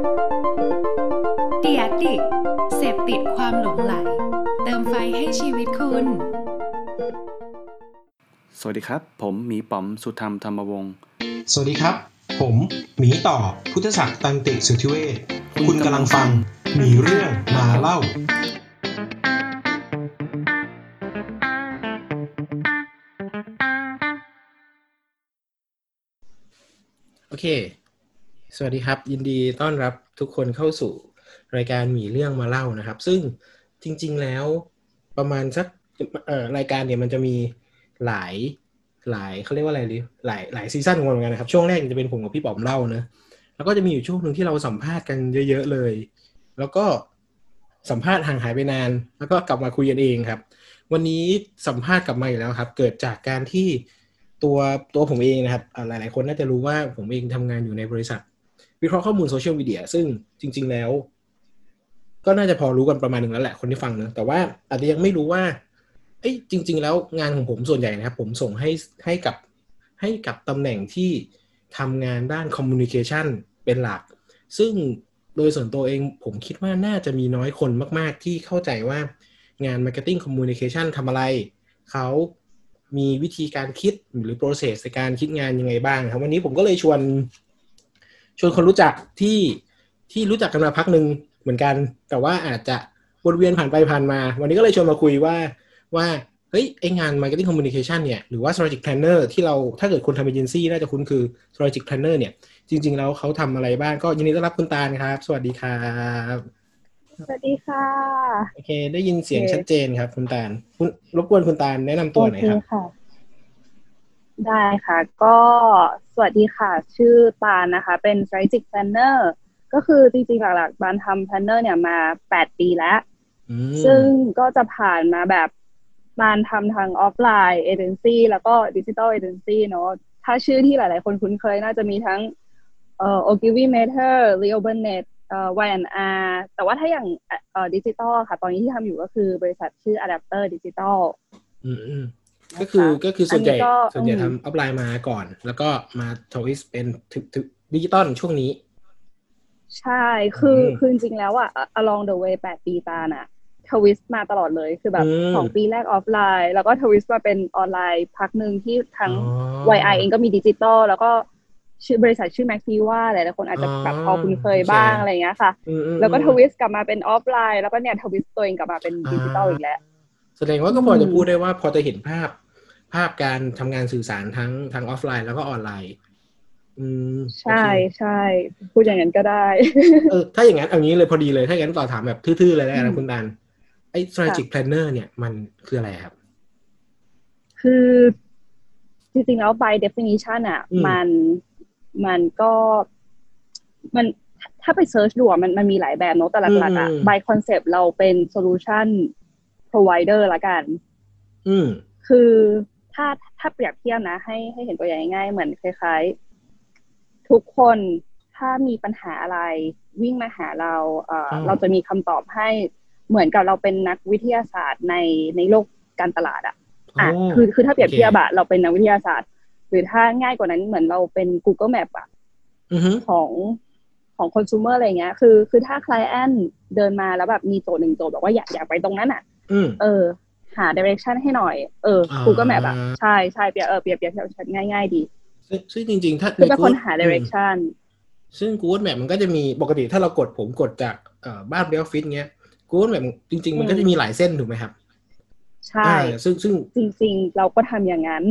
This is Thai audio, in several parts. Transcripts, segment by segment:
The Addict เสพติดความหลงใหลเติมไฟให้ชีวิตคุณสวัสดีครับผมหมีป๋อมสุธรรมธรรมวงศ์สวัสดีครับผมหมีต่อพุทธศักดิ์ตันติสุทธิเวชคุณกำลังฟังมีเรื่องมาเล่าโอเคสวัสดีครับยินดีต้อนรับทุกคนเข้าสู่รายการมีเรื่องมาเล่านะครับซึ่งจริงๆแล้วประมาณสักรายการเนี่ยมันจะมีหลายเขาเรียกว่าอะไรดีหลายซีซั่นของมันเหมือนกันนะครับช่วงแรกจะเป็นผมกับพี่ป๋อมเล่านะแล้วก็จะมีอยู่ช่วงนึงที่เราสัมภาษณ์กันเยอะๆเลยแล้วก็สัมภาษณ์ห่างหายไปนานแล้วก็กลับมาคุยกันเองครับวันนี้สัมภาษณ์กลับมาอีกแล้วครับเกิดจากการที่ตัวผมเองนะครับหลายๆคนน่าจะรู้ว่าผมเองทำงานอยู่ในบริษัทวิเคราะห์ข้อมูลโซเชียลมีเดียซึ่งจริงๆแล้วก็น่าจะพอรู้กันประมาณนึงแล้วแหละคนที่ฟังนะแต่ว่าอาจจะยังไม่รู้ว่าจริงๆแล้วงานของผมส่วนใหญ่นะครับผมส่งให้กับตำแหน่งที่ทำงานด้านคอมมูนิเคชันเป็นหลักซึ่งโดยส่วนตัวเองผมคิดว่าน่าจะมีน้อยคนมากๆที่เข้าใจว่างาน Marketing Communication ทำอะไรเขามีวิธีการคิดหรือ process ในการคิดงานยังไงบ้างครับวันนี้ผมก็เลยชวนคนรู้จักที่รู้จักกันมาพักนึงเหมือนกันแต่ว่าอาจจะวนเวียนผ่านไปผ่านมาวันนี้ก็เลยชวนมาคุยว่าเฮ้ยไองาน Marketing Communication เนี่ยหรือว่า Strategic Planner ที่เราถ้าเกิดคนทำเอเจนซี่น่าจะคุ้นคือ Strategic Planner เนี่ยจริงๆแล้วเขาทำอะไรบ้างก็ยินดีต้อนรับคุณตาลครับสวัสดีครับสวัสดีค่ะโอเคได้ยินเสียงชัดเจนครับคุณตาลรบกวนคุณตาลแนะนำตัวหน่อยครับค่ะได้ค่ะก็สวัสดีค่ะชื่อตาลนะคะเป็น Strategic Planner ก็คือจริงๆหลักๆบานทำ Planner เนี่ยมา8 ปีแล้วซึ่งก็จะผ่านมาแบบบานทำทางออฟไลน์เอเจนซี่แล้วก็ดิจิทัลเอเจนซี่เนาะถ้าชื่อที่หลายๆคนคุ้นเคยน่าจะมีทั้งOgilvy Matter Leo Burnett Y&R แต่ว่าถ้าอย่างดิจิทัลค่ะตอนนี้ที่ทำอยู่ก็คือบริษัทชื่อ Adapter Digital ก็คือส่วนใหญ่ทำออฟไลน์มาก่อนแล้วก็มาทวิสเป็นดิจิตอลช่วงนี้ใช่คือจริงๆแล้วอะ along the way 8 ปีตาน่ะทวิสมาตลอดเลยคือแบบ2 ปีแรกออฟไลน์แล้วก็ทวิสมาเป็นออนไลน์พักนึงที่ทั้ง YI เองก็มีดิจิตอลแล้วก็ชื่อบริษัทชื่อ Maxtiva หลายๆคนอาจจะแบบพอคุ้นเคยบ้างอะไรอย่างเงี้ยค่ะแล้วก็ทวิสกลับมาเป็นออฟไลน์แล้วก็เนี่ยทวิสตัวเองกลับมาเป็นดิจิตอลอีกแล้วแสดงว่าก็พอจะพูดได้ว่าพอจะเห็นภาพการทำงานสื่อสารทั้งออฟไลน์แล้วก็ออนไลน์ใช่ใช่พูดอย่างนั้นก็ได้ถ้าอย่างนั้นเอางี้เลยพอดีเลยถ้าอย่างนั้นต่อถามแบบทื่อๆเลยแล้วนะคุณตาลไอ้ strategic planner เนี่ยมันคืออะไรครับคือจริงๆแล้ว by definition อ่ะมันก็มันถ้าไปเซิร์ชดูอ่ะมันมีหลายแบบเนาะแต่หลักๆอ่ะ by concept เราเป็น solution provider ละกันคือถ้าเปรียบเทียบนะให้เห็นตัวอย่างง่ายๆเหมือนคล้ายๆทุกคนถ้ามีปัญหาอะไรวิ่งมาหาเราเราจะมีคำตอบให้เหมือนกับเราเป็นนักวิทยาศาสตร์ในโลกการตลาดคือถ้าเปรียบเทียบอะเราเป็นนักวิทยาศาสตร์หรือถ้าง่ายกว่านั้นเหมือนเราเป็น Google Map อะของ consumer อะไรเงี้ยคือถ้า client เดินมาแล้วแบบมีโจทย์1 โจทย์บอกว่าอยากไปตรงนั้นอะหา direction ให้หน่อยGoogle Map อ่ะใช่เปรียบง่ายๆดีซึ่งจริงๆถ้าคือเป็นคนหา direction ซึ่ง Google Map มันก็จะมีปกติถ้าเราผมกดจากบ้านเรียลฟิตเงี้ย Google Map จริงๆมันก็จะมีหลายเส้นถูกไหมครับใช่ซึ่งจริงๆเราก็ทำอย่างนั้น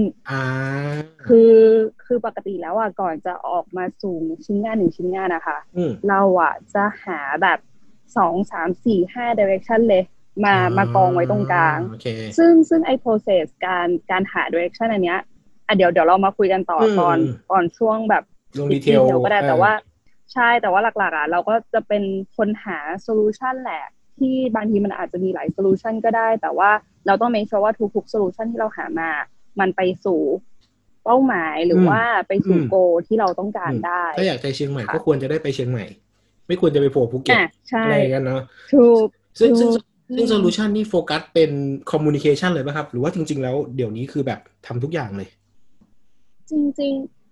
คือปกติแล้วอ่ะก่อนจะออกมาสู่ชิ้นงาน1 ชิ้นงานนะคะเราอ่ะจะหาแบบ2 3 4 5 direction เลยมากองไว้ตรงกลางซึ่งไอ้ process การหา direction อันเนี้ยเดี๋ยวเรามาคุยกันต่อตอนช่วงแบบลงดีเทลก็ได้แต่ว่าใช่แต่ว่าหลักๆอ่ะเราก็จะเป็นคนหา solution แหละที่บางทีมันอาจจะมีหลาย solution ก็ได้แต่ว่าเราต้อง make sure ว่าทุกๆ solution ที่เราหามามันไปสู่เป้าหมายหรือว่าไปสู่ goal ที่เราต้องการได้ถ้าอยากไปเชียงใหม่ก็ควรจะได้ไปเชียงใหม่ไม่ควรจะไปโผล่ภูเก็ตอะไรกันเนาะถูกซึ่งโซลูชันนี่โฟกัสเป็นคอมมูนิเคชันเลยป่ะครับหรือว่าจริงๆแล้วเดี๋ยวนี้คือแบบทำทุกอย่างเลยจริง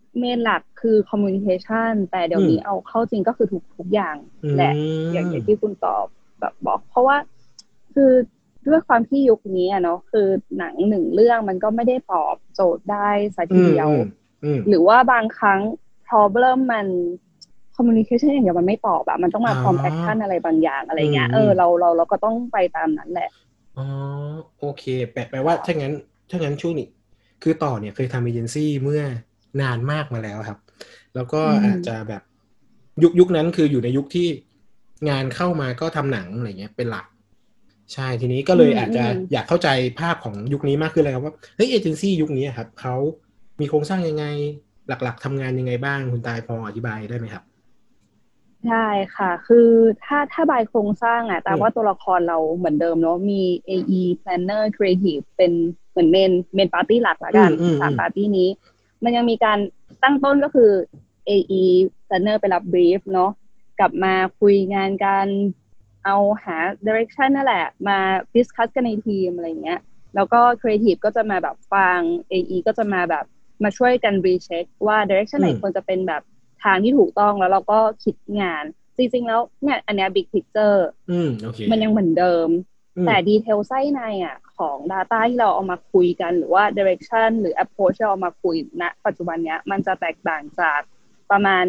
เมนหลักคือ communication แต่เดี๋ยวนี้เอาเข้าจริงก็คือทุกอย่างแหละอย่างที่คุณตอบแบบบอกเพราะว่าคือด้วยความที่ยุคนี้อะเนาะคือหนังหนึ่งเรื่องมันก็ไม่ได้ตอบโจทย์ได้สักทีเดียวหรือว่าบางครั้ง problem มัน communication อย่างเดียวมันไม่ตอบอะมันต้องมาพร้อม action อะไรบางอย่างอะไรเงี้ยเราก็ต้องไปตามนั้นแหละอ๋อโอเคแปลว่าถ้างั้นช่วงนี้คือต่อเนี่ยเคยทำเอเจนซี่เมื่อนานมากมาแล้วครับแล้วก็อาจจะแบบยุคนั้นคืออยู่ในยุคที่งานเข้ามาก็ทำหนังอะไรเงี้ยเป็นหลักใช่ทีนี้ก็เลยอาจจะอยากเข้าใจภาพของยุคนี้มากขึ้นเลยครับว่าเฮ้ยเอเจนซี่ยุคนี้ครับเขามีโครงสร้างยังไงหลักๆทำงานยังไงบ้างคุณตายพออธิบายได้ไหมครับได้ค่ะคือถ้าบายโครงสร้างแต่ว่าตัวละครเราเหมือนเดิมเนาะมี AE Planner Creative เป็นเหมือนเมนปาร์ตี้หลักละกัน3ปาร์ตี้นี้มันยังมีการตั้งต้นก็คือ AE Planner ไปรับบรีฟเนาะกลับมาคุยงานกันเอาหา direction นั่นแหละมา discuss กันในทีมอะไรเงี้ยแล้วก็ Creative ก็จะมาแบบฟัง AE ก็จะมาแบบมาช่วยกัน recheck ว่า direction ไหนควรจะเป็นแบบทางที่ถูกต้องแล้วเราก็คิดงานจริงๆแล้วเนี่ยอันเนี้ย big picture okay. มันยังเหมือนเดิมแต่ดีเทลไส้ในของ data ที่เราเอามาคุยกันหรือว่า direction หรือ approach ที่เราเอามาคุยณปัจจุบันเนี้ยมันจะแตกต่างจากประมาณ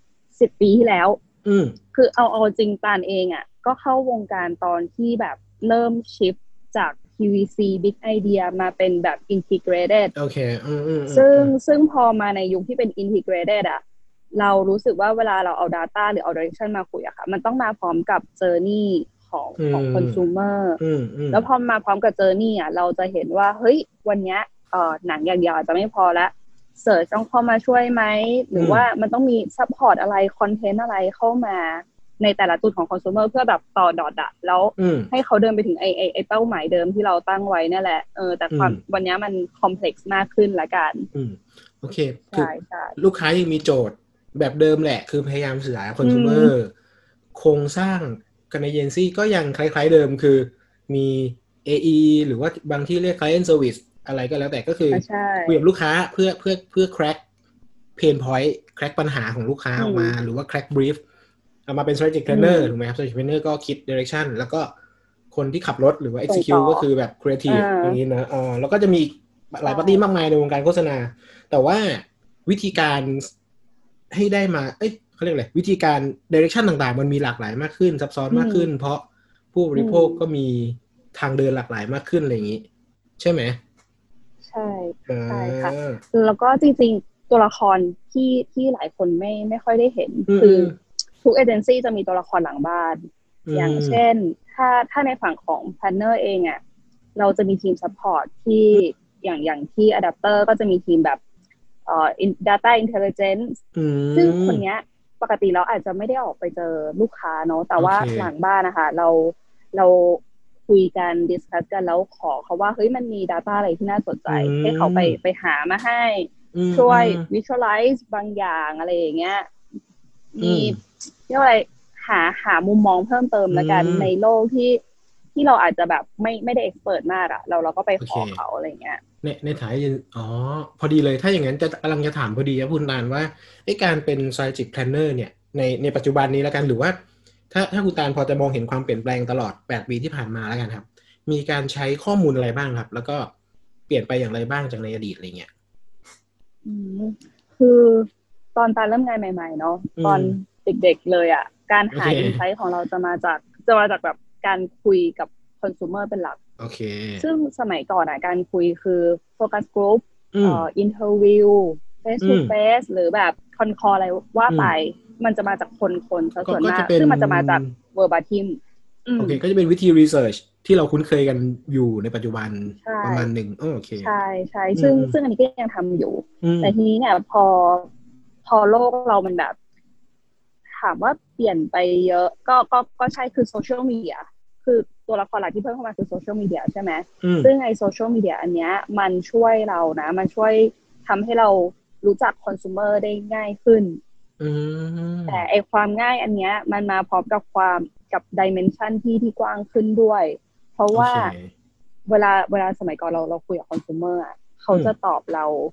10 ปีที่แล้วคือเอาจริงตาลเองก็เข้าวงการตอนที่แบบเริ่มชิฟจาก PVC Big Idea มาเป็นแบบ integrated โอเคซึ่งพอมาในยุคที่เป็น integrated เรารู้สึกว่าเวลาเราเอา data หรือเอา direction มาคุยค่ะมันต้องมาพร้อมกับ journey ของ consumer แล้วพอมาพร้อมกับ journey เราจะเห็นว่าเฮ้ยวันนี้หนังอย่างเดียวอาจจะไม่พอละ search ต้องเข้ามาช่วยไหมหรือว่ามันต้องมี support อะไร content อะไรเข้ามาในแต่ละจุดของ consumer เพื่อแบบต่อดอทแล้วให้เขาเดินไปถึงไอเป้าหมายเดิมที่เราตั้งไว้นั่นแหละแต่ความวันนี้มัน complex มากขึ้นละกันโอเคคือลูกค้ายังมีโจทย์แบบเดิมแหละคือพยายามสื่อสารกับคอน sumer โครงสร้างกันในเอเจนซี่ก็ยังคล้ายๆเดิมคือมี AE หรือว่าบางที่เรียก client service อะไรก็แล้วแต่ก็คือคุยกับลูกค้าเพื่อ crack pain point crack ปัญหาของลูกค้าออกมาหรือว่า crack brief เอามาเป็น strategic planner ถูกไหมครับ strategic planner ก็คิด direction แล้วก็คนที่ขับรถหรือว่า execute ก็คือแบบ creative อย่างนี้นะแล้วก็จะมีหลายปาร์ตี้มากมายในวงการโฆษณาแต่ว่าวิธีการให้ได้มาเขาเรียกอะไรวิธีการ direction ต่างๆมันมีหลากหลายมากขึ้นซับซ้อนมากขึ้นเพราะผู้บริโภคก็มีทางเดินหลากหลายมากขึ้นอะไรอย่างนี้ใช่ไหมใช่ค่ะแล้วก็จริงๆตัวละครที่หลายคนไม่ค่อยได้เห็นคือทุกเอเจนซี่จะมีตัวละครหลังบ้านอย่างเช่นถ้าในฝั่งของ planner เองเราจะมีทีม support ที่อย่างที่ adapter ก็จะมีทีมแบบdata intelligence ซึ่งคนเนี้ยปกติเราอาจจะไม่ได้ออกไปเจอลูกค้าเนาะแต่ว่าหลังบ้านนะคะเราคุยกันดิสคัสกันแล้วขอเขาว่าเฮ้ยมันมี data อะไรที่น่าสนใจให้เขาไปหามาให้ช่วย visualize บางอย่างอะไรอย่างเงี้ยมีเรียกว่าอะไรหามุมมองเพิ่มเติมแล้วกันในโลกที่เราอาจจะแบบไม่ได้ expert มากเราก็ไปขอเขาอะไรเงี้ยในถ่ายพอดีเลยถ้าอย่างนั้นกำลังจะถามพอดีครับคุณตาลว่าการเป็น strategic planner เนี่ยในปัจจุบันนี้แล้วกันหรือว่าถ้าคุณตาลพอจะมองเห็นความเปลี่ยนแปลงตลอด8 ปีที่ผ่านมาแล้วกันครับมีการใช้ข้อมูลอะไรบ้างครับแล้วก็เปลี่ยนไปอย่างไรบ้างจากในอดีตอะไรเงี้ยคือตอนตาเริ่มงานใหม่ๆเนาะตอนเด็กๆเลยการหาอินไซต์ของเราจะมาจากแบบการคุยกับคอน sumer เป็นหลักซึ่งสมัยก่อนการคุยคือโฟกัสกรุ๊ปอินเทอร์วิวเฟสทูเฟสหรือแบบคอนคอลอะไรว่าไปมันจะมาจากคนซะส่วนมากซึ่งมันจะมาจากเวอร์บาทิมโอเคก็จะเป็นวิธีรีเสิร์ชที่เราคุ้นเคยกันอยู่ในปัจจุบันประมาณหนึ่งโอเคใช่ซึ่งอันนี้ก็ยังทำอยู่แต่ทีนี้เนี่ยพอโลกเรามันแบบถามว่าเปลี่ยนไปเยอะก็ใช่คือโซเชียลมีเดียคือตัวละครหลักที่เพิ่มเข้ามาคือโซเชียลมีเดียใช่ไหมซึ่งไอโซเชียลมีเดียอันเนี้ยมันช่วยเรานะมันช่วยทำให้เรารู้จักคอน sumer ได้ง่ายขึ้นแต่ไอความง่ายอันเนี้ยมันมาพร้อมกับดิเมนชันที่กว้างขึ้นด้วยเพราะว่าเวลาสมัยก่อนเราคุยกับคอน sumer เขาจะตอบเรา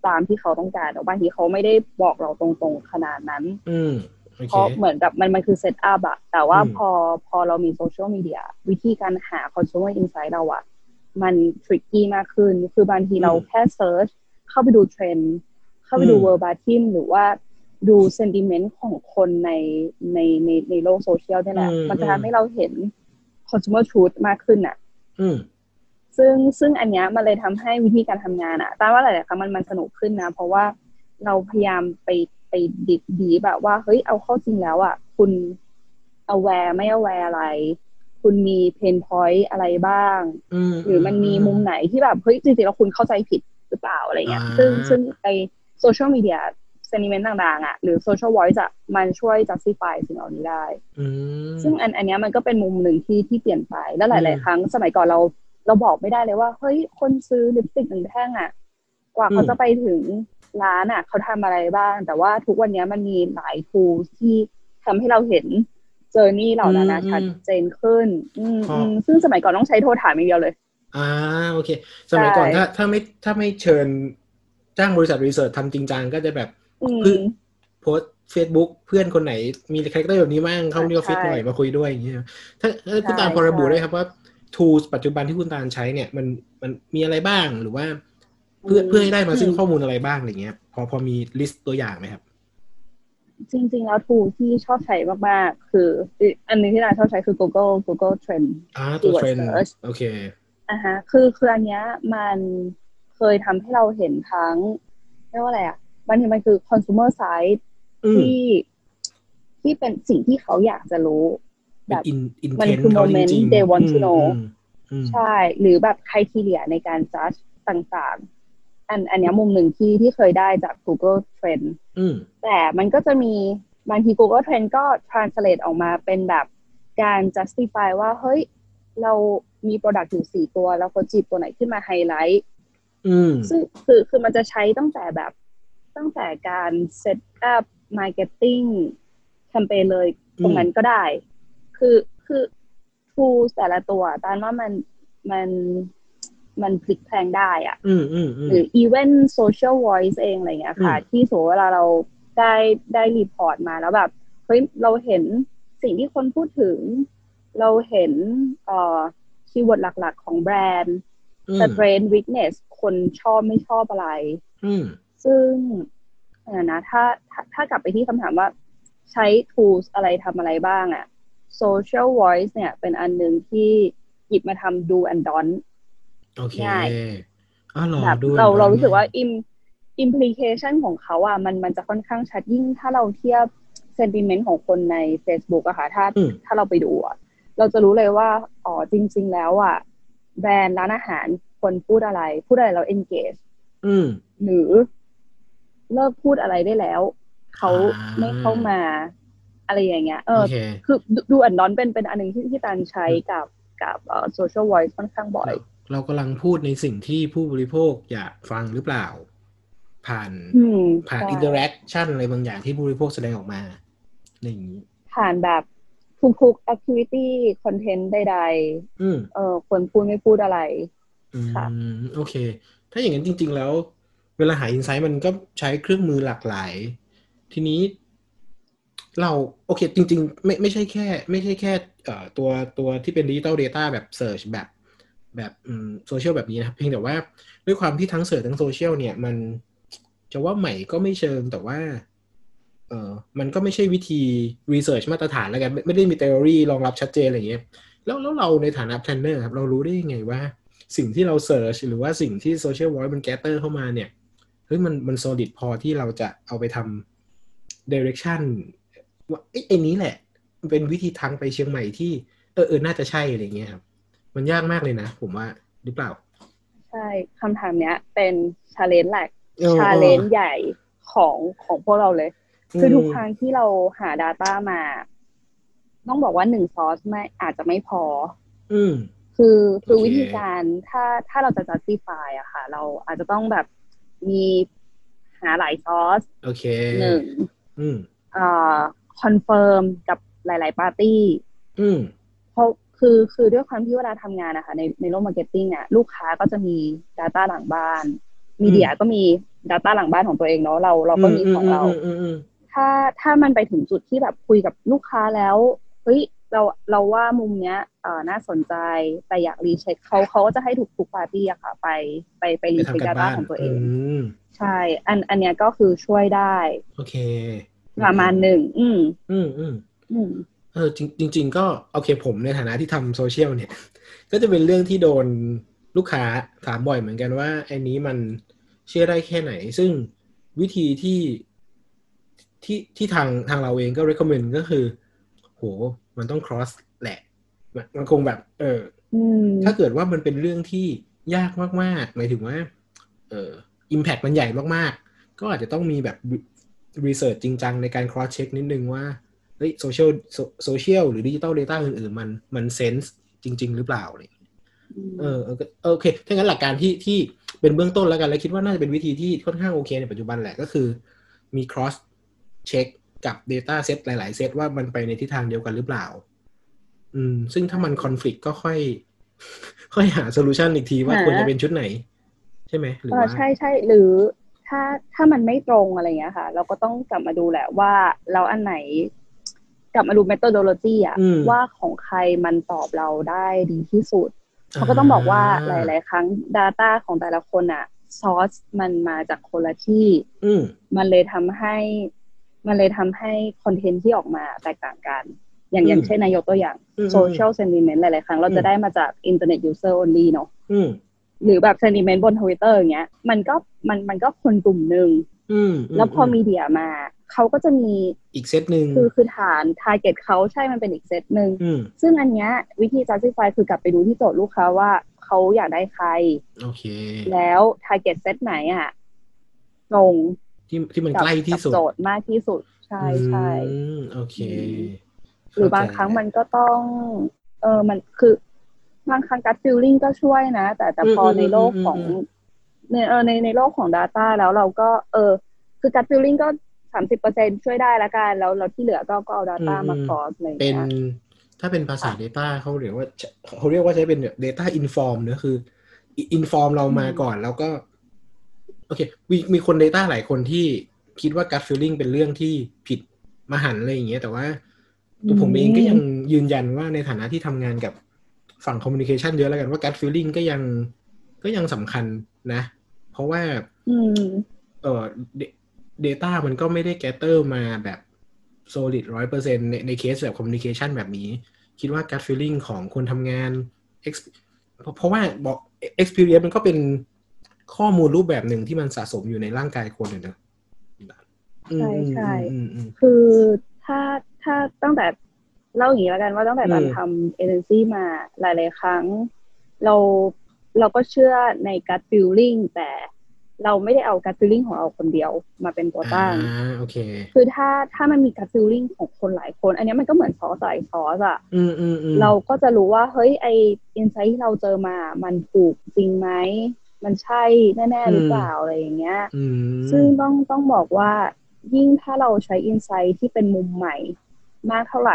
ตามที่เขาต้องการแต่บางทีเขาไม่ได้บอกเราตรงๆขนาดนั้นโอเคเพราะเหมือนกับมันคือเซตอัพอะแต่ว่าพอเรามีโซเชียลมีเดียวิธีการหา consumer insight เราอะมันทริกกี้มากขึ้นคือบางทีเราแค่เซิร์ชเข้าไปดูเทรนด์เข้าไปดูverbatimหรือว่าดูเซนติเมนต์ของคนในโลกโซเชียลนี่แหละมันจะทำให้เราเห็น consumer truth มากขึ้นน่ะซึ่งอันเนี้ยมันเลยทำให้วิธีการทำงานอะตามว่าหลายๆครั้งมันสนุกขึ้นนะเพราะว่าเราพยายามไปดีแบบว่าเฮ้ยเอาเข้าจริงแล้วอะคุณ aware ไม่ aware อะไรคุณมี pain point อะไรบ้างหรือมันมีมุมไหนที่แบบเฮ้ยจริงๆแล้วคุณเข้าใจผิดหรือเปล่าอะไรเงี้ยซึ่งไอโซเชียลมีเดียเซนิเมนต์ต่างๆอะหรือ social voice อะมันช่วย justify สิ่งเหล่านี้ได้ซึ่งอันเนี้ยมันก็เป็นมุมหนึ่งที่เปลี่ยนไปแล้วหลายๆครั้งสมัยก่อนเราบอกไม่ได้เลยว่าเฮ้ยคนซื้อลิปสติก1แท่งอะกว่าเขาจะไปถึงร้านอะเขาทำอะไรบ้างแต่ว่าทุกวันนี้มันมีหลาย tools ที่ทำให้เราเห็นเจอร์นี่เหล่านั้นชัดเจนขึ้นซึ่งสมัยก่อนต้องใช้โทรถามอย่างเดียวเลยโอเคสมัยก่อนถ้าไม่เชิญจ้างบริษัทรีเสิร์ชทำจริงจังก็จะแบบโพสเฟซบุ๊กเพื่อนคนไหนมีคาแรคเตอร์แบบนี้มั่งเข้าที่ออฟฟิศหน่อยมาคุยด้วยอย่างเงี้ยถ้าคุณตาลพอระบุได้ครับว่า tools ปัจจุบันที่คุณตาลใช้เนี่ยมันมีอะไรบ้างหรือว่าเพื่อให้ได้มาซึ่งข้อมูลอะไรบ้างอะไรเงี้ยพอมีลิสต์ตัวอย่างไหมครับจริงๆแล้ว tool ที่ชอบใช้มากๆคืออันนึงที่ตาลชอบใช้คือ Google Trend ตัว Trend โอเคฮะคืออันเนี้ยมันเคยทำให้เราเห็นทั้งเรียกว่าอะไรอ่ะบางทีมันคือ consumer side ที่เป็นสิ่งที่เขาอยากจะรู้แบบมันคือ moment they want to know ใช่หรือแบบ criteria ในการ judge ต่างๆอันนี้มุมหนึ่งที่เคยได้จาก Google Trend แต่มันก็จะมีบางที Google Trend ก็ translate ออกมาเป็นแบบการ justify ว่าเฮ้ยเรามี product อยู่4ตัวแล้วเขาจีบตัวไหนขึ้นมาไฮไลท์ซึ่งคือมันจะใช้ตั้งแต่การ set up marketing แคมเปญเลยตรงนั้นก็ได้คือ tools แต่ละตัวตามว่ามันพลิกแพลงได้อ่ะหรือ even social voice เองอะไรเงี้ยค่ะที่สมมติเวลาเราได้รีพอร์ตมาแล้วแบบเฮ้ยเราเห็นสิ่งที่คนพูดถึงเราเห็นคีย์เวิร์ดหลักๆของแบรนด์ strength weakness คนชอบไม่ชอบอะไรซึ่งนะถ้ากลับไปที่คำถามว่าใช้ tools อะไรทำอะไรบ้างอ่ะ social voice เนี่ยเป็นอันนึงที่หยิบมาทำ do and don't โอเคแบบเรารู้สึกว่า implication ของเขาอ่ะมันจะค่อนข้างชัดยิ่งถ้าเราเทียบ sentiment ของคนใน Facebook อะค่ะถ้าเราไปดูอะเราจะรู้เลยว่าจริงๆแล้วอ่ะแบรนด์ร้านอาหารคนพูดอะไรแล้ว engage หรือเลิกพูดอะไรได้แล้วเขาไม่เข้ามาอะไรอย่างเงี้ยคือดูอันนอนเป็นอันนึงที่ตันใช้กับsocial voice ค่อนข้างบ่อยเรากำลังพูดในสิ่งที่ผู้บริโภคอยากฟังหรือเปล่าผ่านอินเตอร์แอคชั่นอะไรบางอย่างที่ผู้บริโภคแสดงออกมาอย่างนี้ผ่านแบบทุก activity content ใดๆคนพูดไม่พูดอะไรค่ะโอเคถ้าอย่างนั้นจริงๆแล้วเวลาหา insight มันก็ใช้เครื่องมือหลากหลายทีนี้เราโอเคจริงๆไม่ใช่แค่ตัวที่เป็น digital data แบบ search แบบโซเชียลแบบนี้นะครับเพียงแต่ว่าด้วยความที่ทั้งเสิร์ชทั้งโซเชียลเนี่ยมันจะว่าใหม่ก็ไม่เชิงแต่ว่ามันก็ไม่ใช่วิธีรีเสิร์ชมาตรฐานแล้วกันไม่ได้มี theory รองรับชัดเจนอะไรอย่างเงี้ยแล้วเราในฐานะ planner ครับเรารู้ได้ยังไงว่าสิ่งที่เราเสิร์ชหรือว่าสิ่งที่ social voice มัน gather เข้ามาเนี่ยเฮ้ยมัน solid พอที่เราจะเอาไปทำ direction ว่าไอ้นี้แหละมันเป็นวิธีทางไปเชียงใหม่ที่น่าจะใช่อะไรเงี้ยครับมันยากมากเลยนะผมว่าหรือเปล่าใช่คำถามเนี้ยเป็น challenge แหละ challenge ใหญ่ของพวกเราเลยคือทุกครั้งที่เราหา data มาต้องบอกว่า1 source ไม่อาจจะไม่พอคือวิธีการถ้าเราจะ justify อะค่ะเราอาจจะต้องแบบมีหาหลาย source confirm กับหลายๆ party เพราะคือด้วยความที่เวลาทำงานนะคะในโลกมาร์เก็ตติ้งอ่ะลูกค้าก็จะมี data หลังบ้านมีเดียก็มี data หลังบ้านของตัวเองเนาะเราก็มีของเราถ้ามันไปถึงจุดที่แบบคุยกับลูกค้าแล้วเฮ้ยเราว่ามุมเนี้ยน่าสนใจแต่อยากรีเช็คเขาก็จะให้ทุกปาร์ตี้อะค่ะไปรีเช็ค data ของตัวเองใช่อันเนี้ยก็คือช่วยได้โอเคประมาณหนึ่งจริงก็โอเคผมในฐานะที่ทำโซเชียลเนี่ยก็จะเป็นเรื่องที่โดนลูกค้าถามบ่อยเหมือนกันว่าไอ้นี้มันเชื่อได้แค่ไหนซึ่งวิธีที่ทางเราเองก็ recommend ก็คือโหมันต้อง cross แหละมันคงแบบถ้าเกิดว่ามันเป็นเรื่องที่ยากมากๆหมายถึงว่าimpact มันใหญ่มากๆก็อาจจะต้องมีแบบ research จริงจังในการ cross check นิดนึงว่าเฮ้ยโซเชียลหรือดิจิตอล data อื่นๆมันเซนส์จริงๆหรือเปล่าอะไรโอเคถ้างั้นหลักการที่เป็นเบื้องต้นแล้วกันแล้วคิดว่าน่าจะเป็นวิธีที่ค่อนข้างโอเคในปัจจุบันแหละก็คือมี cross check กับ data set หลายๆเซตว่ามันไปในทิศทางเดียวกันหรือเปล่าซึ่งถ้ามัน conflict ก็ค่อยหา solution อีกทีว่าควรจะเป็นชุดไหนใช่ไหมหรือว่าใช่หรือถ้ามันไม่ตรงอะไรเงี้ยค่ะเราก็ต้องกลับมาดูแหละว่าแล้วอันไหนกลับมาดู methodology อะว่าของใครมันตอบเราได้ดีที่สุดเขาก็ต้องบอกว่าหลายๆครั้ง data ของแต่ละคนอะ source มันมาจากคนละที่มันเลยทำให้คอนเทนต์ที่ออกมาแตกต่างกันอย่างเช่นนายกตัวอย่าง social sentiment หลายๆครั้งเราจะได้มาจาก internet user only เนาะหรือแบบ sentiment บน Twitter อย่างเงี้ยมันก็คนกลุ่มนึงแล้วพอมีเดียมาเขาก็จะมีอีกเซตนึงคือฐาน target เขาใช่มันเป็นอีกเซตนึงซึ่งอันเนี้ยวิธี justify คือกลับไปดูที่โจทย์ลูกค้าว่าเขาอยากได้ใครโอเคแล้ว target เซตไหนอ่ะตรงที่มันใกล้ที่สุดโจทย์มากที่สุดใช่โอเคหรือบางครั้งมันก็ต้องมันคือบางครั้ง gut feeling ก็ช่วยนะแต่พอในโลกของในโลกของ data แล้วเราก็คือ gut feeling ก็ 30% ช่วยได้ละกันแล้วที่เหลือก็เอา data มา cross อะไรอย่างเงี้ยถ้าเป็นภาษา data เขาเรียกว่าใช้เป็น data inform นะคือ inform เรามาก่อนแล้วก็โอเคมีคน data หลายคนที่คิดว่า gut feeling เป็นเรื่องที่ผิดมหันต์อะไรอย่างเงี้ยแต่ว่าตัวผมเองก็ยังยืนยันว่าในฐานะที่ทำงานกับฝั่ง communication เยอะแล้วกันว่า gut feeling ก็ยังสำคัญนะเพราะว่าdata มันก็ไม่ได้ gather มาแบบ solid 100% ในเคสแบบ communication แบบนี้คิดว่า gut feeling ของคนทำงานเพราะว่าบอก experience มันก็เป็นข้อมูลรูปแบบหนึ่งที่มันสะสมอยู่ในร่างกายคนเนอะใช่คือถ้าตั้งแต่เล่าอย่างนี้แล้วกันว่าตั้งแต่ตอนทำเอเจนซี่มาหลายๆครั้งเราก็เชื่อใน gut feeling แต่เราไม่ได้เอา gut feeling ของเราคนเดียวมาเป็นตัวตั้งโอเคคือถ้ามันมี gut feeling ของคนหลายคนอันนี้มันก็เหมือนซอสซอสอ่ะเราก็จะรู้ว่าเฮ้ยไอ insight ที่เราเจอมามันถูกจริงไหมมันใช่แน่ๆหรือเปล่าอะไรอย่างเงี้ยซึ่งต้องบอกว่ายิ่งถ้าเราใช้ insight ที่เป็นมุมใหม่มากเท่าไหร่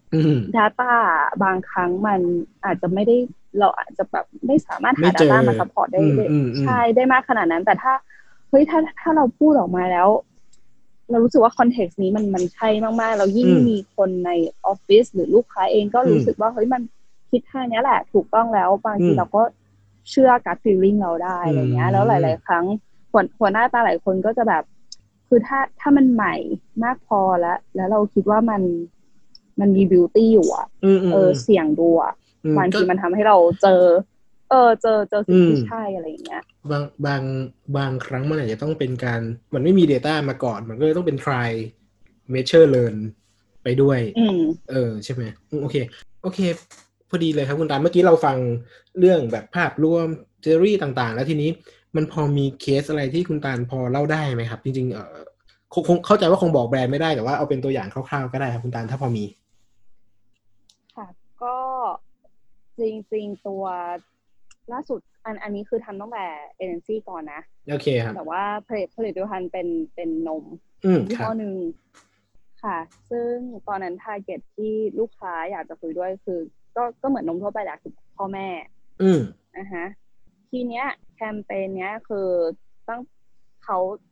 data บางครั้งมันอาจจะไม่ได้เราอาจจะแบบไม่สามารถหา data มา support ได้ใช่ได้มากขนาดนั้นแต่ถ้าเราพูดออกมาแล้วเรารู้สึกว่า context นี้มันใช่มากๆแล้วยิ่งมีคนในออฟฟิศหรือลูกค้าเองก็รู้สึกว่าเฮ้ยมันคิดท่านี้แหละถูกต้องแล้วบางทีเราก็เชื่อ gut feeling เราได้อะไรเงี้ยแล้วหลายๆครั้งหัวหน้าตาหลายคนก็จะแบบคือถ้ามันใหม่มากพอแล้วเราคิดว่ามันมี beauty อยู่อ่ะเสี่ยงดูอ่ะบางทีมันทำให้เราเจอสิ่งที่ใช่อะไรอย่างเงี้ยบางครั้งมันอาจจะต้องเป็นการมันไม่มี data มาก่อนมันก็เลยต้องเป็น try measure learn ไปด้วยใช่ไหมโอเคพอดีเลยครับคุณตาเมื่อกี้เราฟังเรื่องแบบภาพรวม theory ต่างๆแล้วทีนี้มันพอมีเคสอะไรที่คุณตาลพอเล่าได้ไหมครับจริงๆคงเข้าใจว่าคงบอกแบรนด์ไม่ได้แต่ว่าเอาเป็นตัวอย่างคร่าวๆก็ได้ครับคุณตาลถ้าพอมีค่ะก็จริงๆตัวล่าสุดอันนี้คือทำตั้งแต่เอเจนซี่ก่อนนะโอเคครับแต่ว่าผลิตภัณฑ์เป็นนมยี่ห้อนึงค่ะซึ่งตอนนั้นทาร์เก็ตที่ลูกค้าอยากจะคุยด้วยคือก็เหมือนนมทั่วไปแหละคือพ่อแม่ทีเนี้ยแคมเปญเนี้ยคือเขา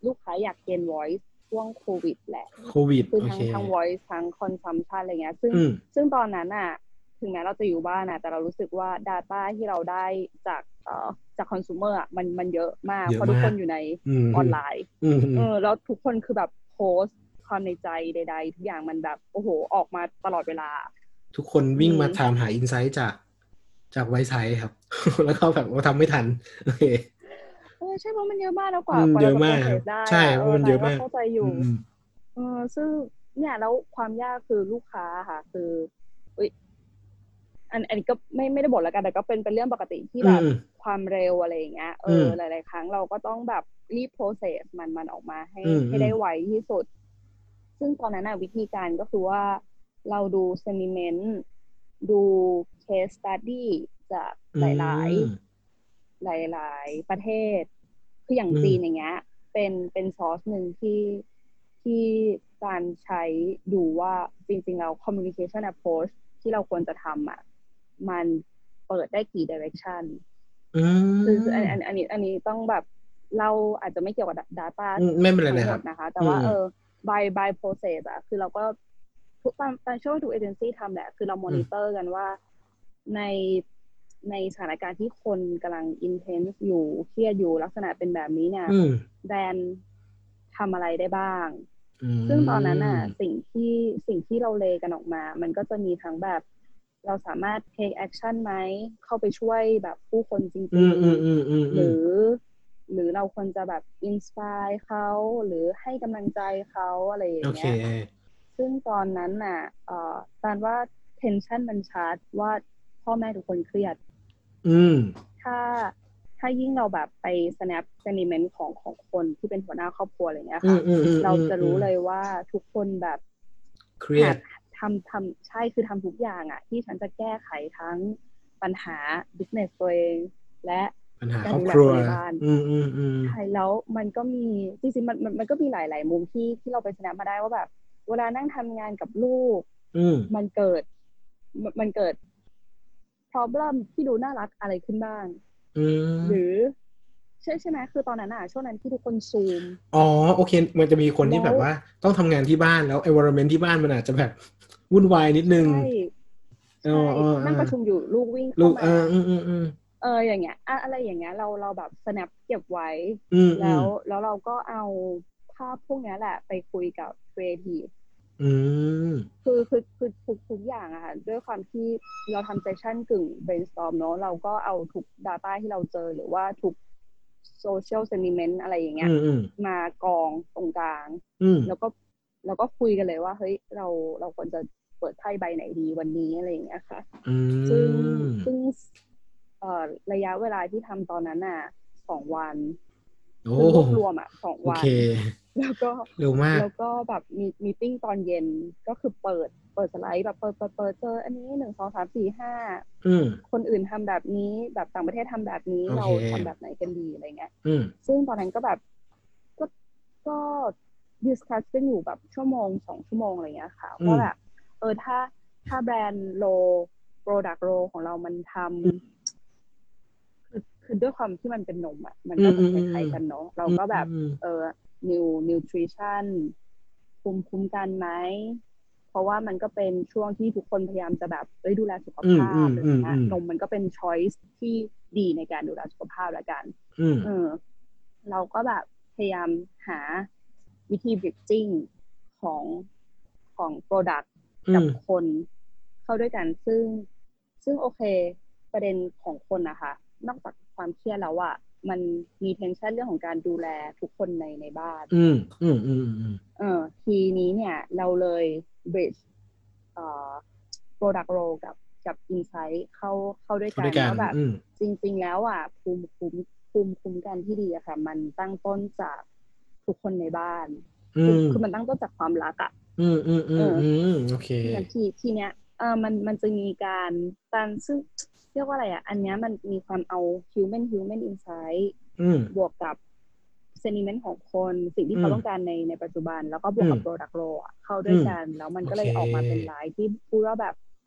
ลูกค้าอยากเกณฑ์ voice ช่วงโควิดแหละโควิดคือโอเคทั้ง voice ทั้ง consumption อะไรเงี้ยซึ่งตอนนั้นอ่ะถึงแม้เราจะอยู่บ้านนะแต่เรารู้สึกว่า data ที่เราได้จาก consumer อ่ะมันเยอะมากเพราะทุกคนอยู่ในออนไลน์แล้วทุกคนคือแบบโพสต์ความในใจใดๆทุกอย่างมันแบบโอ้โหออกมาตลอดเวลาทุกคนวิ่งมาถามหาอินไซต์จากไวซ์ไซต์ครับ แล้วก็แบบว่าทำไม่ทันโอเคใช่เพราะมันเยอะมากแล้วกว่าเยเราอะจะโปรมากเซสได้ใช่เพราะมันเยอะมากเข้าใจอยู่ซึ่งเนี่ยแล้วความยากคือลูกค้าค่ะคืออันนี้ก็ไม่ได้บ่นแล้วกันแต่ก็เป็นเรื่องปกติที่แบบความเร็วอะไรอย่างเงี้ยหลายๆครั้งเราก็ต้องแบบรีบโปรเซสมันออกมาให้ได้ไวที่สุดซึ่งตอนนั้นวิธีการก็คือว่าเราดู sentiment ดู case study จากหลายประเทศคืออย่างจีนอย่างเงี้ยเป็นซอร์สหนึ่งที่การใช้ดูว่าจริงๆแล้ว communication approach ที่เราควรจะทำมันเปิดได้กี่ direction คืออันนี้ต้องแบบเราอาจจะไม่เกี่ยวกับ data ไม่เป็นไรทั้งหครับมดนะคะแต่ว่าby process คือเราก็ตามช่วงทุกเอเจนซี่ทำแหละคือเรามอนิเตอร์กันว่าในสถานการณ์ที่คนกำลัง intense อยู่เครียดอยู่ลักษณะเป็นแบบนี้เนี่ยแบรนด์ทำอะไรได้บ้างซึ่งตอนนั้นสิ่งที่เราเลกันออกมามันก็จะมีทั้งแบบเราสามารถ take action ไหมเข้าไปช่วยแบบผู้คนจริงๆหรือเราควรจะแบบ inspire เขาหรือให้กำลังใจเขาอะไรอย่างเงี้ยซึ่งตอนนั้นตอนว่า tension มันชัดว่าพ่อแม่ทุกคนเครียดถ้ายิ่งเราแบบไป snap sentiment ของคนที่เป็นหัวหน้าครอบครัวอะไรเงี้ยค่ะเราจะรู้เลยว่าทุกคนแบบเครียดทำใช่คือทำทุกอย่างที่ฉันจะแก้ไขทั้งปัญหา business ตัวเองและปัญหาครอบครัวบ้านใช่แล้วมันก็มีจริงๆมันก็มีหลายๆมุมที่เราไป snap มาได้ว่าแบบเวลานั่งทำงานกับลูกมันเกิด problem ที่ดูน่ารักอะไรขึ้นบ้างหรือใช่ไหมคือตอนนั้นช่วงนั้นที่ทุกคนซูมโอเคมันจะมีคนที่แบบว่าต้องทำงานที่บ้านแล้ว environment ที่บ้านมันอาจจะแบบวุ่นวายนิดนึงใช่นั่งประชุมอยู่ลูกวิ่งเข้ามาอย่างเงี้ยอะไรอย่างเงี้ยเราแบบ snap เก็บไว้แล้วเราก็เอาภาพพวกนี้แหละไปคุยกับ creativeคือทุกอย่างค่ะด้วยความที่เราทำเซสชั่นกึ่ง brainstorm เนอะเราก็เอาทุก data ที่เราเจอหรือว่าทุก social sentiment อะไรอย่างเงี้ยมากองตรงกลางแล้วก็คุยกันเลยว่าเฮ้ยเราควรจะเปิดไพ่ใบไหนดีวันนี้อะไรอย่างเงี้ยค่ะซึ่งระยะเวลาที่ทำตอนนั้น2 วันคือรวบรวม2 วันแล้วก็เร็วมากแล้วก็แบบมีติ้งตอนเย็นก็คือเปิดสไลด์แบบเปิดเจออันนี้1 2 3 4 5คนอื่นทำแบบนี้แบบต่างประเทศทำแบบนี้เราทำแบบไหนกันดีอะไรเงี้ยซึ่งตอนนั้นก็แบบก็ดิสคัสกันอยู่แบบชั่วโมง2 ชั่วโมงอะไรเงี้ยค่ะว่าแบบถ้าแบรนด์โลโปรดักต์โลของเรามันทำคือด้วยความที่มันเป็นนมมันก็จะคล้ายๆกันเนาะเราก็แบบnutrition คุ้มกันไหมเพราะว่ามันก็เป็นช่วงที่ทุกคนพยายามจะแบบดูแลสุขภาพอะไรเงี้ยนมมันก็เป็น choice ที่ดีในการดูแลสุขภาพละกันเราก็แบบพยายามหาวิธี bridging ของ product กับคนเข้าด้วยกันซึ่งโอเคประเด็นของคนนะคะนอกจากความเครียดแล้วมันมี tension เรื่องของการดูแลทุกคนในบ้านทีนี้เนี่ยเราเลย bridge product role กับ insight เข้าด้วยกันว่าแบบจริงๆแล้วภูมิคุ้มกันที่ดีอะค่ะมันตั้งต้นจากทุกคนในบ้านคือมันตั้งต้นจากความรักโอเคทีเนี้ยมันจะมีการซึ่งเรียกว่าอะไรอันเนี้ยมันมีความเอา human insight บวกกับ sentiment ของคนสิ่งที่เขาต้องการในปัจจุบันแล้วก็บวกกับ product role เข้าด้วยกันแล้วมันก็เลยออกมาเป็นไลน์ที่พูดว่าแบบ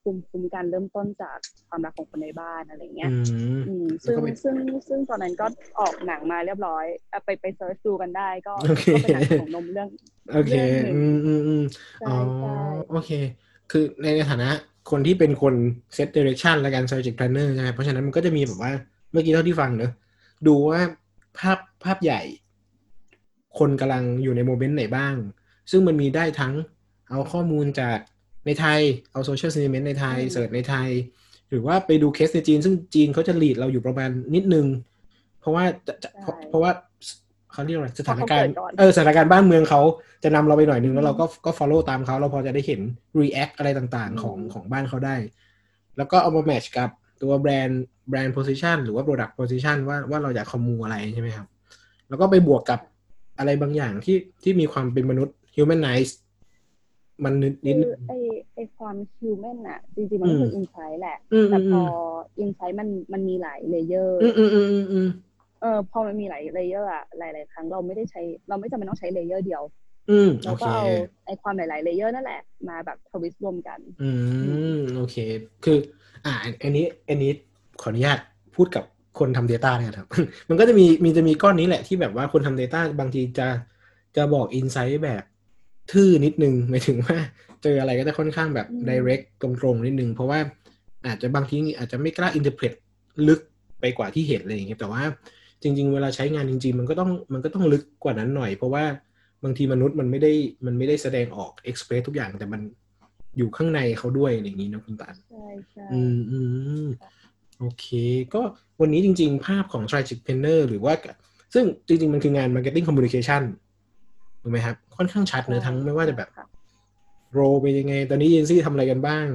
ภูมิคุ้มกันเริ่มต้นจากความรักของคนในบ้านอะไรเงี้ยแล้วก็ซึ่งตอนนั้นก็ออกหนังมาเรียบร้อยไปเซิร์ชดูกันได้ก็โอเคก็เป็นหนังของนมเรื่องโอเคเรื่องหนึ่ง ใช่อ๋อใช่โอเค คือในฐานะคนที่เป็นคนเซต direction และการ strategic planner ใช่ไหมเพราะฉะนั้นมันก็จะมีแบบว่าเมื่อกี้เท่าที่ฟังเนอะดูว่าภาพใหญ่ คนกำลังอยู่ในโมเมนต์ไหนบ้าง ซึ่งมันมีได้ทั้งเอาข้อมูลจากในไทยเอาโซเชียลเซนติเมนต์ในไทยเสิร์ชในไทย หรือว่าไปดูเคสในจีนซึ่งจีนเขาจะลีดเราอยู่ประมาณนิดนึง เพราะว่าเพราะว่าเขาเรียกอะไรสถานการณ์สถานการณ์บ้านเมืองเขาจะนำเราไปหน่อยนึงแล้วเราก็ follow ตามเขาเราพอจะได้เห็น react อะไรต่างๆของบ้านเขาได้ แล้วก็เอามา match กับตัวแบรนด์ position หรือว่า product position ว่าเราอยากคอมมูอะไรใช่ไหมครับแล้วก็ไปบวกกับอะไรบางอย่างที่มีความเป็นมนุษย์ humanize มันนิดคือไอความ human อะจริงๆมันก็คือ insight แหละแต่พอ insight มันมีหลายเลเยอร์พอมันมีหลายเลเยอร์อะหลายๆครั้งเราไม่จำเป็นต้องใช้เลเยอร์เดียวเราก็เอาไอความหลายๆเลเยอร์นั่นแหละมาแบบทวิสต์รวมกันโอเคคืออันนี้ขออนุญาตพูดกับคนทำ data นะครับ มันก็จะมีก้อนนี้แหละที่แบบว่าคนทำ data บางทีจะบอก insight แบบทื่อนิดนึงหมายถึงว่าเจออะไรก็จะค่อนข้างแบบ direct ตรงๆนิดนึงเพราะว่าอาจจะบางทีอาจจะไม่กล้า interpret ลึกไปกว่าที่เห็นอะไรอย่างเงี้ยแต่ว่าจริงๆเวลาใช้งานจริงๆมันก็ต้องลึกกว่านั้นหน่อยเพราะว่าบางทีมนุษย์มันไม่ได้แสดงออก express ทุกอย่างแต่มันอยู่ข้างในเขาด้วยอย่างนี้นะคุณตาลใช่โอเคก็วันนี้จริงๆภาพของ strategic planner หรือว่าซึ่งจริงๆมันคืองาน marketing communication ถูกไหมครับค่อนข้างชัดเนอะทั้งไม่ว่าจะแบบโรเป็นยังไงตอนนี้เอเจนซี่ทำอะไรกันบ้าง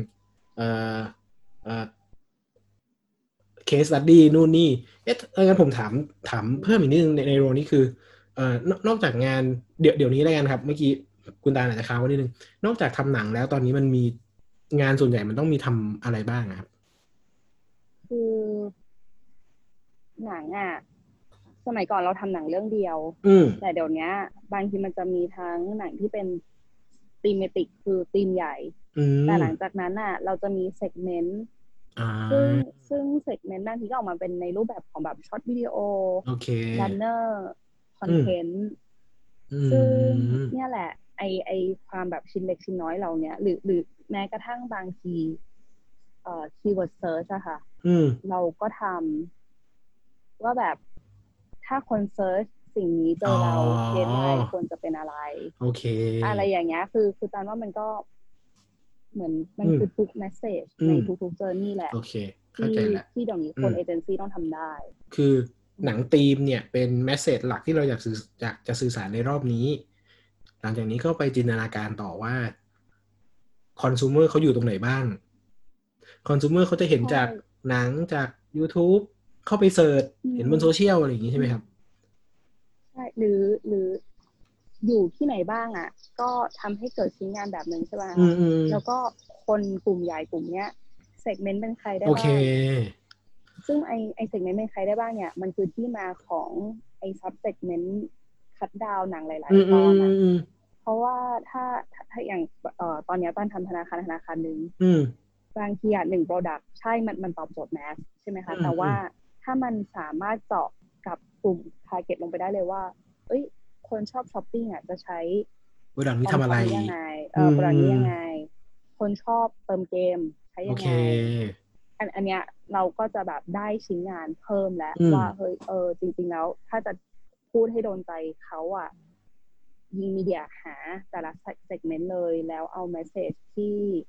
case study นู่นนี่งั้นผมถามเพิ่มอีกนิดนึงในโรนี้คือนอกจากงานเดี๋ยวนี้แล้วกันครับเมื่อกี้คุณตาอาจจะค้างไว้นิดนึงนอกจากทำหนังแล้วตอนนี้มันมีงานส่วนใหญ่มันต้องมีทำอะไรบ้างครับคือหนังสมัยก่อนเราทำหนังเรื่องเดียวแต่เดี๋ยวนี้บางทีมันจะมีทั้งหนังที่เป็นธีมติกคือธีมใหญ่แต่หลังจากนั้นเราจะมีเซกเมนต์ซึ่งเซกเมนต์บางทีก็ออกมาเป็นในรูปแบบของแบบช็อตวิดีโอรันเนอร์คอนเทนต์ซึ่งเนี่ยแหละไอความแบบชิ้นเล็กชิ้นน้อยเราเนี่ยหรือแม้กระทั่งบางทีkeyword search อะค่ะเราก็ทำว่าแบบถ้าคนเซิร์ชสิ่งนี้เจอเราเกณฑ์ไลน์ควรจะเป็นอะไรโอเคอะไรอย่างเงี้ยคือตามว่ามันก็เหมือนมันคือทุกเมสเสจในทุกเจอร์นี่แหละโอเคเข้าใจแล้วที่เดี๋ยวนี้คนเอเจนซี่ต้องทำได้คือหนังธีมเนี่ยเป็นเมสเสจหลักที่เราอยากจะสื่อสารในรอบนี้หลังจากนี้ก็ไปจินตนาการต่อว่าคอน sumer เขาอยู่ตรงไหนบ้างคอน sumer เขาจะเห็นจากหนังจาก YouTube เข้าไปเสิร์ชเห็นบนโซเชียลอะไรอย่างนี้ใช่ไหมครับใช่หรืออยู่ที่ไหนบ้างก็ทำให้เกิดชิ้นงานแบบนึงใช่ไหมแล้วก็คนกลุ่มใหญ่กลุ่มเนี้ยเซกเมนต์เป็นใครได้บ้างซึ่งไอเซกเมนต์เป็นใครได้บ้างเนี่ยมันคือที่มาของไอซับเซกเมนต์คัทดาวหนังหลายๆตอนเพราะว่าถ้าอย่างตอนนี้ต้นทำธนาคารนึงบางที1 product ใช่มันตอบโจทย์แมสใช่ไหมคะแต่ว่าถ้ามันสามารถเจาะกับกลุ่ม target ลงไปได้เลยว่าคนชอบช้อปปิ้งจะใช้ product นี้ทำอะไรยังไงproduct นี้ยังไงคนชอบเติมเกมใช้ยังไงอันเนี้ยเราก็จะแบบได้ชิ้นงานเพิ่มแล้วว่าเฮ้ยจริงๆแล้วถ้าจะพูดให้โดนใจเขายิงมีเดียหาแต่ละ segment เลยแล้วเอา message ที่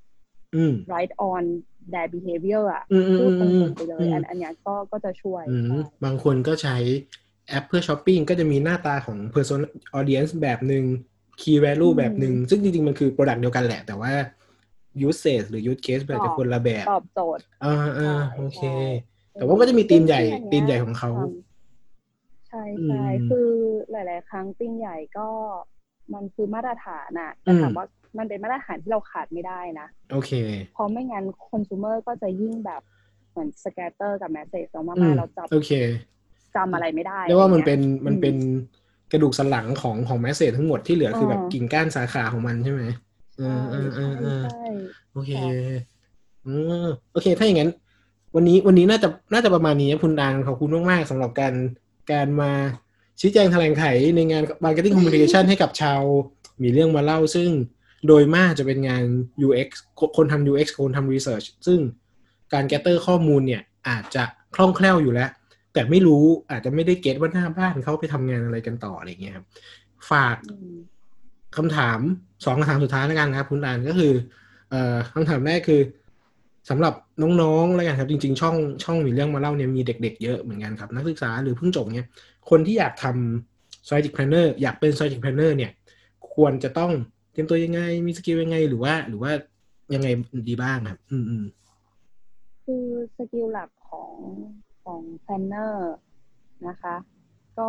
right on their behavior พูดตรงๆไปเลยอันเนี้ยก็จะช่วยบางคนก็ใช้แอปเพื่อช้อปปิ้งก็จะมีหน้าตาของ persona audience แบบนึง key value แบบนึงซึ่งจริงๆมันคือ product เดียวกันแหละแต่ว่า use case หรือ use case แบบจะคนละแบบตอบโจทย์โอเคแต่ว่าก็จะมีธีมใหญ่ของเขาใช่คือหลายๆครั้งธีมใหญ่ก็มันคือมาตรฐานแต่ถามว่ามันเป็นมาตรฐานที่เราขาดไม่ได้นะโอเคเพราะไม่งั้นคอน sumer ก็จะยิ่งแบบเหมือนสแกตเตอร์กับแมสเสจออกมาเราจำอะไรไม่ได้เรียกว่ามันเป็นกระดูกสันหลังของแมสเสจทั้งหมดที่เหลือคือแบบกิ่งก้านสาขาของมันใช่ไหมใช่โอเคอืโอเคถ้าอย่างนั้นวันนี้น่าจะประมาณนี้คุณดานขอบคุณมากๆสำหรับการมาชี้แจงแถลงไขในงาน Marketing Communication ให้กับชาวมีเรื่องมาเล่าซึ่งโดยมากจะเป็นงาน UX คนทำ UX คนทำ Research ซึ่งการgatherข้อมูลเนี่ยอาจจะคล่องแคล่วอยู่แล้วแต่ไม่รู้อาจจะไม่ได้เก็ตว่าหน้าบ้านเขาไปทำงานอะไรกันต่ออะไรเงี้ยครับฝากคำถาม2 คำถามสุดท้ายแล้วกันครับคุณดานก็คือคำถามแรกคือสำหรับน้องๆแล้วกันครับจริงๆช่องมีเรื่องมาเล่าเนี่ยมีเด็กๆเยอะเหมือนกันครับนักศึกษาหรือเพิ่งจบเนี่ยคนที่อยากทำ strategic planner อยากเป็น strategic planner เนี่ยควรจะต้องเตรียมตัวยังไงมีสกิลยังไงหรือว่ายังไงดีบ้างครับคือสกิลหลักของ planner นะคะ ก็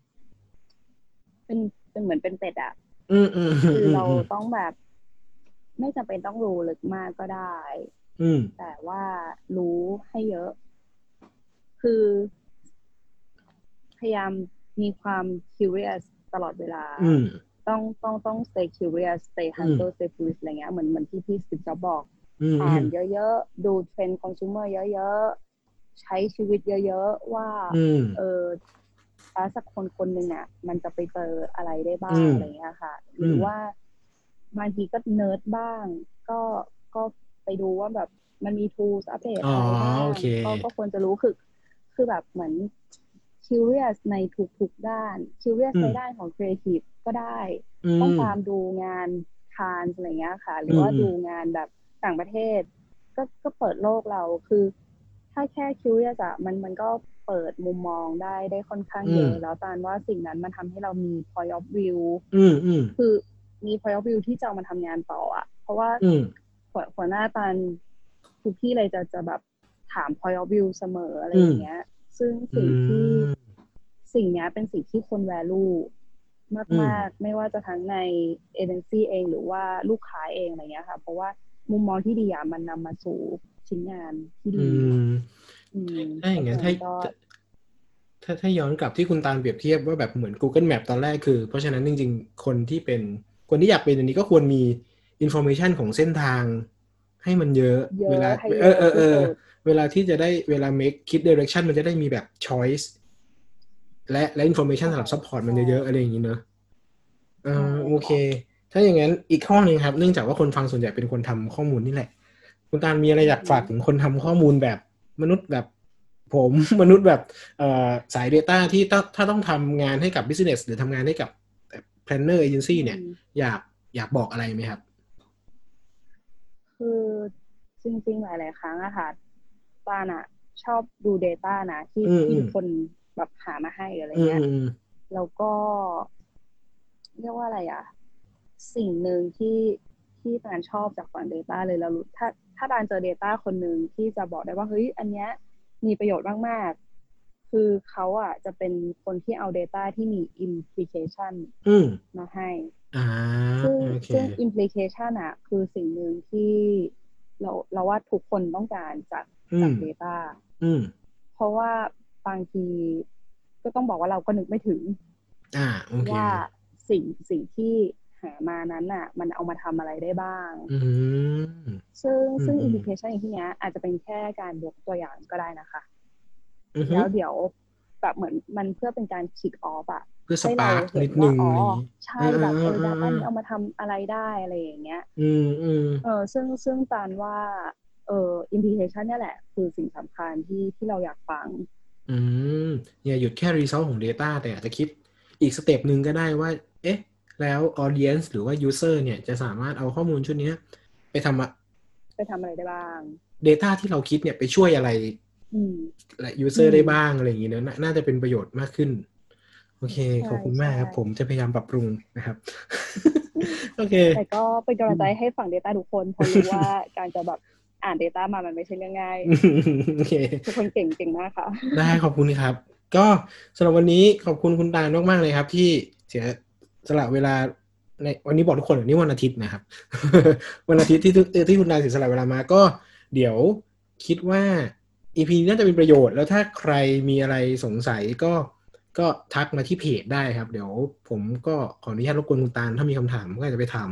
เป็นเหมือนเป็นเป็ดอ่ะคือเราต้องแบบไม่จำเป็นต้องรู้ลึกมากก็ได้แต่ว่ารู้ให้เยอะ คือพยายามมีความ curious ตลอดเวลาต้อง stay curious stay humble stay curious อะไรเงี้ยเหมือนที่พี่สติฟจ็อบบอกอ่านเยอะๆดูเทรนด์ consumer เยอะๆใช้ชีวิตเยอะๆว่าสักคนหนึ่งอ่ะมันจะไปเจออะไรได้บ้างอะไรเงี้ยค่ะหรือว่าบางทีก็เนิร์ดบ้างก็ไปดูว่าแบบมันมี tools อัปเดตอะไรบ้างก็ควรจะรู้คือแบบเหมือน curious ในทุกด้าน curious ในด้านของ creative ก็ได้ต้องตามดูงานคานอะไรเงี้ยค่ะหรือว่าดูงานแบบต่างประเทศก็เปิดโลกเราคือถ้าแค่ curious อะมันก็เปิดมุมมองได้ค่อนข้างเยอะแล้วตานว่าสิ่งนั้นมันทำให้เรามี point of view คือมี point of view ที่จะเอามาทำงานต่ออะเพราะว่าหัวหน้าตานทุกที่เลยจะแบบถาม point of view เสมออะไรอย่างเงี้ยซึ่งสิ่งนี้เป็นสิ่งที่คน value มากๆไม่ว่าจะทั้งในเอเจนซี่เองหรือว่าลูกค้าเองอะไรเงี้ยค่ะเพราะว่ามุมมองที่ดีอ่ะมันนำมาสู่ชิ้นงานที่ดีถ้าอย่างนั้นถ้าย้อนกลับที่คุณตาลเปรียบเทียบว่าแบบเหมือน Google Map ตอนแรกคือเพราะฉะนั้นจริงๆคนที่อยากเป็นอันนี้ก็ควรมี information ของเส้นทางให้มันเยอะเวลาเวลาที่จะได้เวลา make คิด direction มันจะได้มีแบบ choice และ information สำหรับ support มันเยอะๆอะไรอย่างนี้เนอะโอเคถ้าอย่างนั้นอีกข้อนึงครับเนื่องจากว่าคนฟังส่วนใหญ่เป็นคนทำข้อมูลนี่แหละคุณตาลมีอะไรอยากฝากถึงคนทำข้อมูลแบบมนุษย์แบบผมมนุษย์แบบสาย Data ที่ถ้าต้องทำงานให้กับ Business หรือทำงานให้กับ Planner Agency เนี่ยอยากบอกอะไรไหมครับคือจริงๆหลายๆครั้งอะค่ะตาลอะชอบดู Data นะที่คนแบบหามาให้อะไรเงี้ยแล้วก็เรียกว่าอะไรอะสิ่งหนึ่งที่ตาลชอบจากฝั่ง Data เลยแล้วถ้าตาลเจอ Data คนหนึ่งที่จะบอกได้ว่าเฮ้ยอันเนี้ยมีประโยชน์มากๆคือเขาอะจะเป็นคนที่เอา Data ที่มี implication มาให้ซึ่ง implication อะคือสิ่งหนึ่งที่เราว่าทุกคนต้องการจาก data เพราะว่าบางทีก็ต้องบอกว่าเราก็นึกไม่ถึงว่าสิ่งที่หามานั้นน่ะมันเอามาทำอะไรได้บ้างซึ่ง implication อย่างที่นี้อาจจะเป็นแค่การยกตัวอย่างก็ได้นะคะแล้วเดี๋ยวแบบเหมือนมันเพื่อเป็นการ kick off อะให้เราเห็นว่าใช่แบบdata นี้เอามาทำอะไรได้อะไรอย่างเงี้ยซึ่งตานว่าimplication เนี่ยแหละคือสิ่งสำคัญที่เราอยากฟังอย่าหยุดแค่ result ของ data แต่อาจจะคิดอีกสเต็ปนึงก็ได้ว่าเอ๊ะแล้ว audience หรือว่า user เนี่ยจะสามารถเอาข้อมูลชุดนี้ไปทำอะไรได้บ้าง data ที่เราคิดเนี่ยไปช่วยอะไรและ user ได้บ้างอะไรอย่างงี้เนอะน่าจะเป็นประโยชน์มากขึ้นโอเคขอบคุณมากครับผมจะพยายามปรับปรุงนะครับโอเคแต่ก็เป็นกำลังใจให้ฝั่ง Data ทุกคนเพราะรู้ว่าการจะแบบอ่าน Data มามันไม่ใช่เรื่องง่ายโอเคทุกคนเก่งมากค่ะได้ขอบคุณครับก็สำหรับวันนี้ขอบคุณคุณตาลมากๆเลยครับที่เสียสละเวลาในวันนี้บอกทุกคนนี่วันอาทิตย์นะครับวันอาทิตย์ที่คุณตาลเสียสละเวลามาก็เดี๋ยวคิดว่า EP น่าจะเป็นประโยชน์แล้วถ้าใครมีอะไรสงสัยก็ทักมาที่เพจได้ครับเดี๋ยวผมก็ขออนุญาตรบกวนคุณตาลถ้ามีคำถามก็อาจจะไปถามเ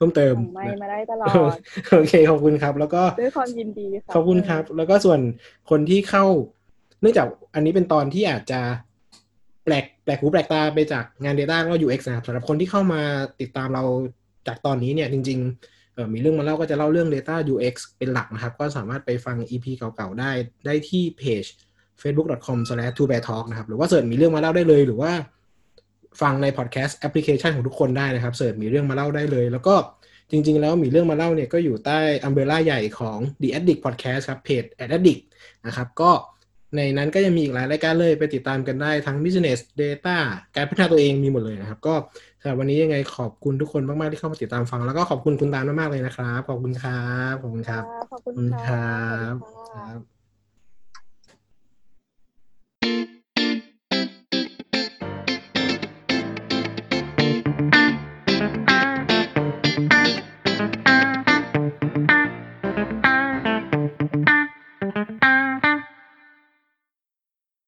พิ่มเติมส่งไมค์มาได้ตลอดโอเคขอบคุณครับแล้วก็ด้วยความยินดีค่ะขอบคุณครับแล้วก็ส่วนคนที่เข้าเนื่องจากอันนี้เป็นตอนที่อาจจะแปลกหูแปลกตาไปจากงาน Data แล้วก็ UX นะครับสำหรับคนที่เข้ามาติดตามเราจากตอนนี้เนี่ยจริงๆมีเรื่องมาเล่าก็จะเล่าเรื่อง Data UX เป็นหลักนะครับก็สามารถไปฟัง EP เก่าๆได้ที่เพจ facebook.com/2beartalk นะครับหรือว่าเสิร์ชมีเรื่องมาเล่าได้เลยหรือว่าฟังในพอดแคสต์แอปพลิเคชันของทุกคนได้นะครับเสิร์ชมีเรื่องมาเล่าได้เลยแล้วก็จริงๆแล้วมีเรื่องมาเล่าเนี่ยก็อยู่ใต้อัมเบรล่าใหญ่ของ The Addict Podcast ครับเพจ Addict นะครับก็ในนั้นก็ยังมีอีกหลายรายการเลยไปติดตามกันได้ทั้ง Business Data การพัฒนาตัวเองมีหมดเลยนะครับก็สำหรับวันนี้ยังไงขอบคุณทุกคนมากๆที่เข้ามาติดตามฟังแล้วก็ขอบคุณคุณตาลมากๆเลยนะครับขอบคุณครับขอบคุณครับขอบคุณคค่ะรับสวัสดีค่ะครับ